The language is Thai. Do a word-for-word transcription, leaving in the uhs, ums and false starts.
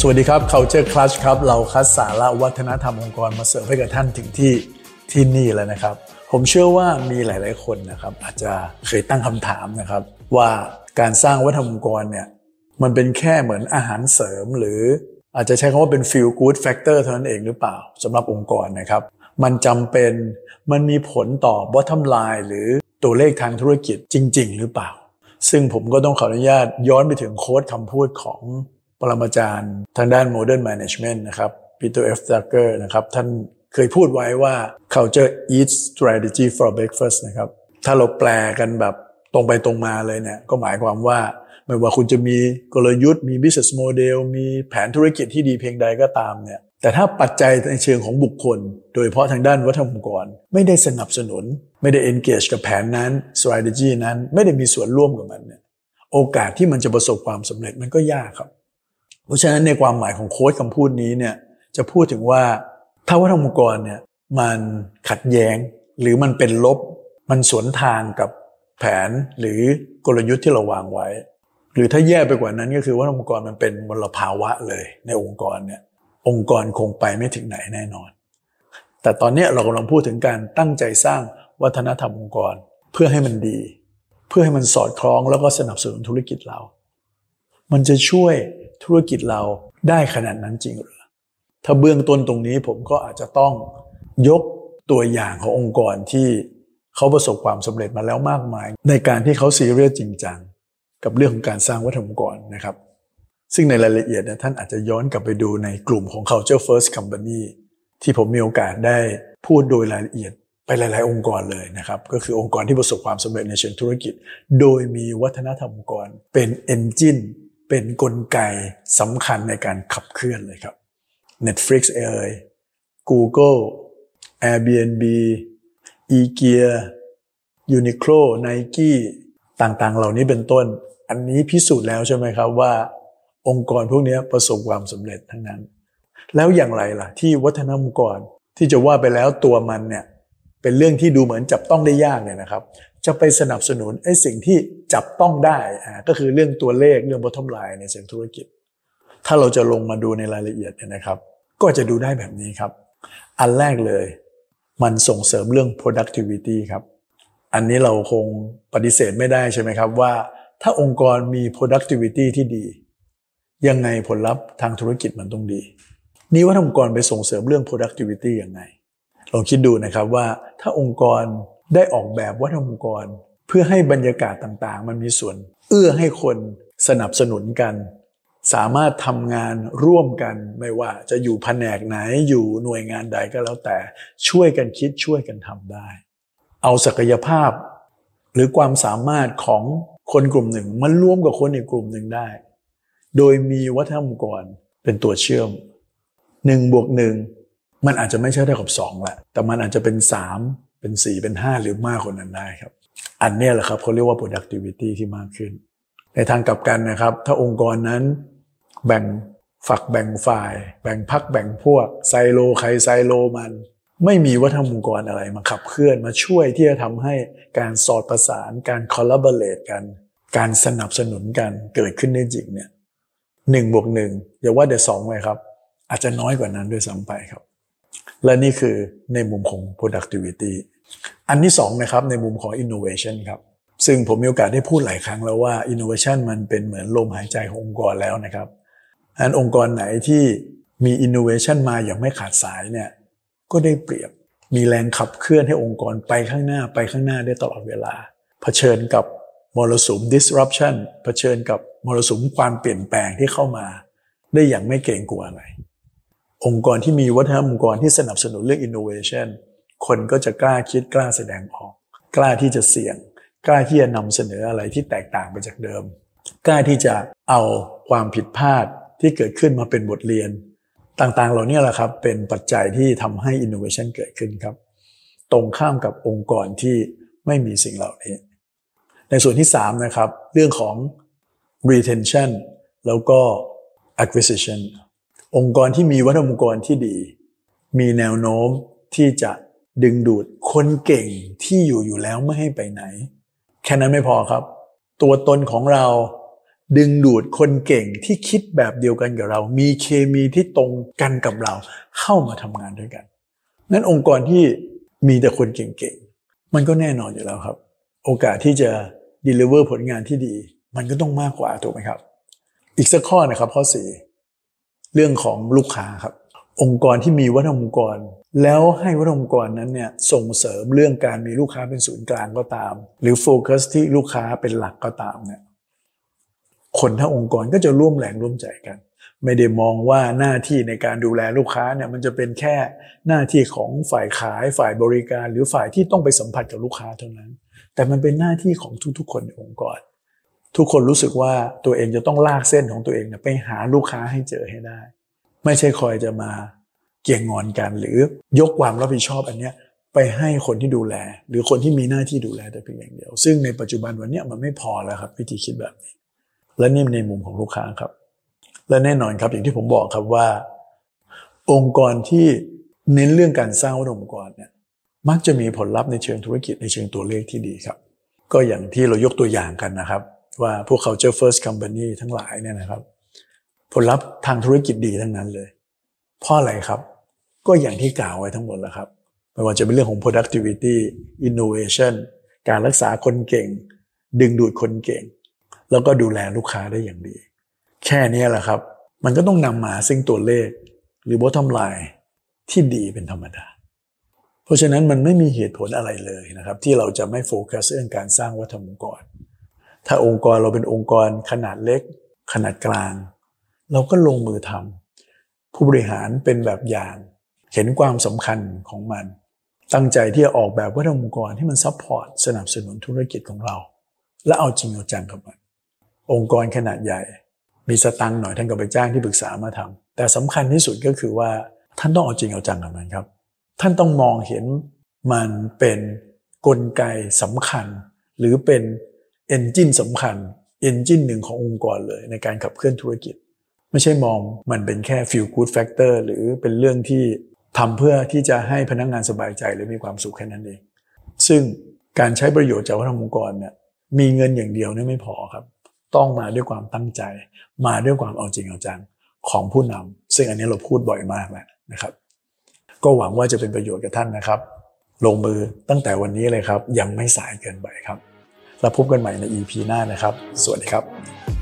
สวัสดีครับ Culture Clash ครับเราคัดสาระวัฒนธรรมองค์กรมาเสิร์ฟให้กับท่านถึงที่ที่นี่แล้วนะครับผมเชื่อว่ามีหลายๆคนนะครับอาจจะเคยตั้งคำถามนะครับว่าการสร้างวัฒนธรรมองค์กรเนี่ยมันเป็นแค่เหมือนอาหารเสริมหรืออาจจะใช้คำว่าเป็น feel good factor เท่านั้นเองหรือเปล่าสำหรับองค์กรนะครับมันจำเป็นมันมีผลต่อ bottom line หรือตัวเลขทางธุรกิจจริงๆหรือเปล่าซึ่งผมก็ต้องขออนุญาตย้อนไปถึงโค้ดคำพูดของปรมาจารย์ทางด้าน Modern Management นะครับ Peter F. Drucker นะครับท่านเคยพูดไว้ว่า Culture eats strategy for breakfast นะครับถ้าเราแปลกันแบบตรงไปตรงมาเลยเนี่ยก็หมายความว่าไม่ว่าคุณจะมีกลยุทธ์มี business model มีแผนธุรกิจที่ดีเพียงใดก็ตามเนี่ยแต่ถ้าปัจจัยในเชิงของบุคคลโดยเฉพาะทางด้านวัฒนธรรมองค์กรไม่ได้สนับสนุนไม่ได้ engage กับแผนนั้น strategy นั้นไม่ได้มีส่วนร่วมกับมันเนี่ยโอกาสที่มันจะประสบความสำเร็จมันก็ยากครับเพราะฉะนั้นในความหมายของโค้ดคำพูดนี้เนี่ยจะพูดถึงว่าถ้าวัฒนธรรมองค์กรเนี่ยมันขัดแย้งหรือมันเป็นลบมันสวนทางกับแผนหรือกลยุทธ์ที่เราวางไว้หรือถ้าแย่ไปกว่านั้นก็คือวัฒนธรรมองค์กรมันเป็นมลภาวะเลยในองค์กรเนี่ยองค์กรคงไปไม่ถึงไหนแน่นอนแต่ตอนนี้เรากำลังพูดถึงการตั้งใจสร้างวัฒนธรรมองค์กรเพื่อให้มันดีเพื่อให้มันสอดคล้องแล้วก็สนับสนุนธุรกิจเรามันจะช่วยธุรกิจเราได้ขนาดนั้นจริงหรือถ้าเบื้องต้นตรงนี้ผมก็อาจจะต้องยกตัวอย่างขององค์กรที่เขาประสบความสำเร็จมาแล้วมากมายในการที่เขาซีเรียสจริงจังกับเรื่องของการสร้างวัฒนธรรมองค์กรนะครับซึ่งในรายละเอียดเนี่ยท่านอาจจะย้อนกลับไปดูในกลุ่มของ Culture First Company ที่ผมมีโอกาสได้พูดโดยรายละเอียดไปหลายๆองค์กรเลยนะครับก็คือองค์กรที่ประสบความสำเร็จในเชิงธุรกิจโดยมีวัฒนธรรมองค์กรเป็น engine เป็นกลไกสำคัญในการขับเคลื่อนเลยครับ Netflix เอ่ย Google Airbnb IKEA Uniqlo Nike ต่างๆเหล่านี้เป็นต้นอันนี้พิสูจน์แล้วใช่ไหมครับว่าองค์กรพวกนี้ประสบความสำเร็จทั้งนั้นแล้วอย่างไรล่ะที่วัฒนธรรมองค์กรที่จะว่าไปแล้วตัวมันเนี่ยเป็นเรื่องที่ดูเหมือนจับต้องได้ยากเนี่ยนะครับจะไปสนับสนุนไอ้สิ่งที่จับต้องได้อ่าก็คือเรื่องตัวเลขเรื่อง bottom line ในเชิงธุรกิจถ้าเราจะลงมาดูในรายละเอียดเนี่ยนะครับก็จะดูได้แบบนี้ครับอันแรกเลยมันส่งเสริมเรื่อง productivity ครับอันนี้เราคงปฏิเสธไม่ได้ใช่ไหมครับว่าถ้าองค์กรมี productivity ที่ดียังไงผลลัพธ์ทางธุรกิจมันต้องดีนี่ว่าองค์กรไปส่งเสริมเรื่อง productivity ยังไงลองคิดดูนะครับว่าถ้าองค์กรได้ออกแบบวัฒนธรรมองค์กรเพื่อให้บรรยากาศต่างๆมันมีส่วนเอื้อให้คนสนับสนุนกันสามารถทำงานร่วมกันไม่ว่าจะอยู่แผนกไหนอยู่หน่วยงานใดก็แล้วแต่ช่วยกันคิดช่วยกันทำได้เอาศักยภาพหรือความสามารถของคนกลุ่มหนึ่งมันร่วมกับคนอีกกลุ่มหนึ่งได้โดยมีวัฒนธรรมองค์กรเป็นตัวเชื่อมหนึ่งบวกหนึ่งมันอาจจะไม่ใช่เท่ากับสองแหละแต่มันอาจจะเป็นสามเป็นสี่เป็นห้าหรือมากกว่านั้นได้ครับอันนี้แหละครับเขาเรียกว่า productivity ที่มากขึ้นในทางกลับกันนะครับถ้าองค์กรนั้นแบ่งฝักแบ่งฝ่ายแบ่งพรรคแบ่งพวกไซโลใครไซโลมันไม่มีวัฒนธรรมองค์กรอะไรมาขับเคลื่อนมาช่วยที่จะทำให้การสอดประสานการ collaborate กันการสนับสนุนกันเกิดขึ้นได้จริงเนี่ยหนึ่งบวกหนึ่งอย่าว่าแต่สองเลยครับอาจจะน้อยกว่านั้นด้วยซ้ำไปครับและนี่คือในมุมของ productivity อันที่สองนะครับในมุมของ innovation ครับซึ่งผมมีโอกาสได้พูดหลายครั้งแล้วว่า innovation มันเป็นเหมือนลมหายใจขององค์กรแล้วนะครับอันองค์กรไหนที่มี innovation มาอย่างไม่ขาดสายเนี่ยก็ได้เปรียบมีแรงขับเคลื่อนให้องค์กรไปข้างหน้าไปข้างหน้าได้ตลอดเวลาเผชิญกับมรสุม disruption เผชิญกับมรสุมความเปลี่ยนแปลงที่เข้ามาได้อย่างไม่เกรงกลัวอะไรองค์กรที่มีวัฒนธรรมองค์กรที่สนับสนุนเรื่อง innovation คนก็จะกล้าคิดกล้าแสดงออกกล้าที่จะเสี่ยงกล้าที่จะนำเสนออะไรที่แตกต่างไปจากเดิมกล้าที่จะเอาความผิดพลาดที่เกิดขึ้นมาเป็นบทเรียนต่างๆเหล่านี้แหละครับเป็นปัจจัยที่ทำให้ innovation เกิดขึ้นครับตรงข้ามกับองค์กรที่ไม่มีสิ่งเหล่านี้ในส่วนที่สามนะครับเรื่องของ retention แล้วก็ acquisition องค์กรที่มีวัฒนธรรมองค์กรที่ดีมีแนวโน้มที่จะดึงดูดคนเก่งที่อยู่อยู่แล้วไม่ให้ไปไหนแค่นั้นไม่พอครับตัวตนของเราดึงดูดคนเก่งที่คิดแบบเดียวกันกับเรามีเคมีที่ตรงกันกับเราเข้ามาทำงานด้วยกันนั้นองค์กรที่มีแต่คนเก่งๆมันก็แน่นอนอยู่แล้วครับโอกาสที่จะ deliver ผลงานที่ดีมันก็ต้องมากกว่าถูกไหมครับอีกสักข้อนะครับข้อสี่เรื่องของลูกค้าครับองค์กรที่มีวัฒนธรรมองค์กรแล้วให้วัฒนธรรมองค์กรนั้นเนี่ยส่งเสริมเรื่องการมีลูกค้าเป็นศูนย์กลางก็ตามหรือโฟกัสที่ลูกค้าเป็นหลักก็ตามเนี่ยคนทั้งองค์กรก็จะร่วมแรงร่วมใจกันไม่ได้มองว่าหน้าที่ในการดูแลลูกค้าเนี่ยมันจะเป็นแค่หน้าที่ของฝ่ายขายฝ่ายบริการหรือฝ่ายที่ต้องไปสัมผัสกับลูกค้าเท่านั้นแต่มันเป็นหน้าที่ของทุกๆคนในองค์กรทุกคนรู้สึกว่าตัวเองจะต้องลากเส้นของตัวเองไปหาลูกค้าให้เจอให้ได้ไม่ใช่คอยจะมาเกี่ยงงอนกันหรือยกความรับผิดชอบอันเนี้ยไปให้คนที่ดูแลหรือคนที่มีหน้าที่ดูแลแต่เพียงอย่างเดียวซึ่งในปัจจุบันวันนี้มันไม่พอแล้วครับวิธีคิดแบบนี้และนี่ในมุมของลูกค้าครับและแน่นอนครับอย่างที่ผมบอกครับว่าองค์กรที่เน้นเรื่องการสร้างวัฒนธรรมองค์กรเนี่ยมักจะมีผลลัพธ์ในเชิงธุรกิจในเชิงตัวเลขที่ดีครับก็อย่างที่เรายกตัวอย่างกันนะครับว่าพวก culture first company ทั้งหลายเนี่ยนะครับผลลัพธ์ทางธุรกิจดีทั้งนั้นเลยเพราะอะไรครับก็อย่างที่กล่าวไว้ทั้งหมดแล้วครับไม่ว่าจะเป็นเรื่องของ productivity innovation การรักษาคนเก่งดึงดูดคนเก่งแล้วก็ดูแลลูกค้าได้อย่างดีแค่นี้แหละครับมันก็ต้องนำมาซึ่งตัวเลขหรือ bottom line ที่ดีเป็นธรรมดาเพราะฉะนั้นมันไม่มีเหตุผลอะไรเลยนะครับที่เราจะไม่โฟกัสเรื่องการสร้างวัฒนธรรมองค์กรถ้าองค์กรเราเป็นองค์กรขนาดเล็กขนาดกลางเราก็ลงมือทำผู้บริหารเป็นแบบอย่างเห็นความสำคัญของมันตั้งใจที่จะออกแบบวัฒนธรรมองค์กรที่มันซัพพอร์ตสนับสนุนธุรกิจของเราและเอาจริงเอาจังกับมันองค์กรขนาดใหญ่มีสตังค์หน่อยท่านก็ไปจ้างที่ปรึกษามาทำแต่สำคัญที่สุดก็คือว่าท่านต้องเอาจริงเอาจังกับมันครับท่านต้องมองเห็นมันเป็นกลไกสำคัญหรือเป็นเอนจินสำคัญเอนจินหนึ่งขององค์กรเลยในการขับเคลื่อนธุรกิจไม่ใช่มองมันเป็นแค่ feel good factor หรือเป็นเรื่องที่ทำเพื่อที่จะให้พนักงานสบายใจหรือมีความสุขแค่นั้นเองซึ่งการใช้ประโยชน์จากวัฒนธรรมองค์กรเนี่ยมีเงินอย่างเดียวเนี่ยไม่พอครับต้องมาด้วยความตั้งใจมาด้วยความเอาจริงเอาจังของผู้นำซึ่งอันนี้เราพูดบ่อยมากแล้วนะครับก็หวังว่าจะเป็นประโยชน์กับท่านนะครับลงมือตั้งแต่วันนี้เลยครับยังไม่สายเกินไปครับแล้วพบกันใหม่ใน อี พี หน้านะครับสวัสดีครับ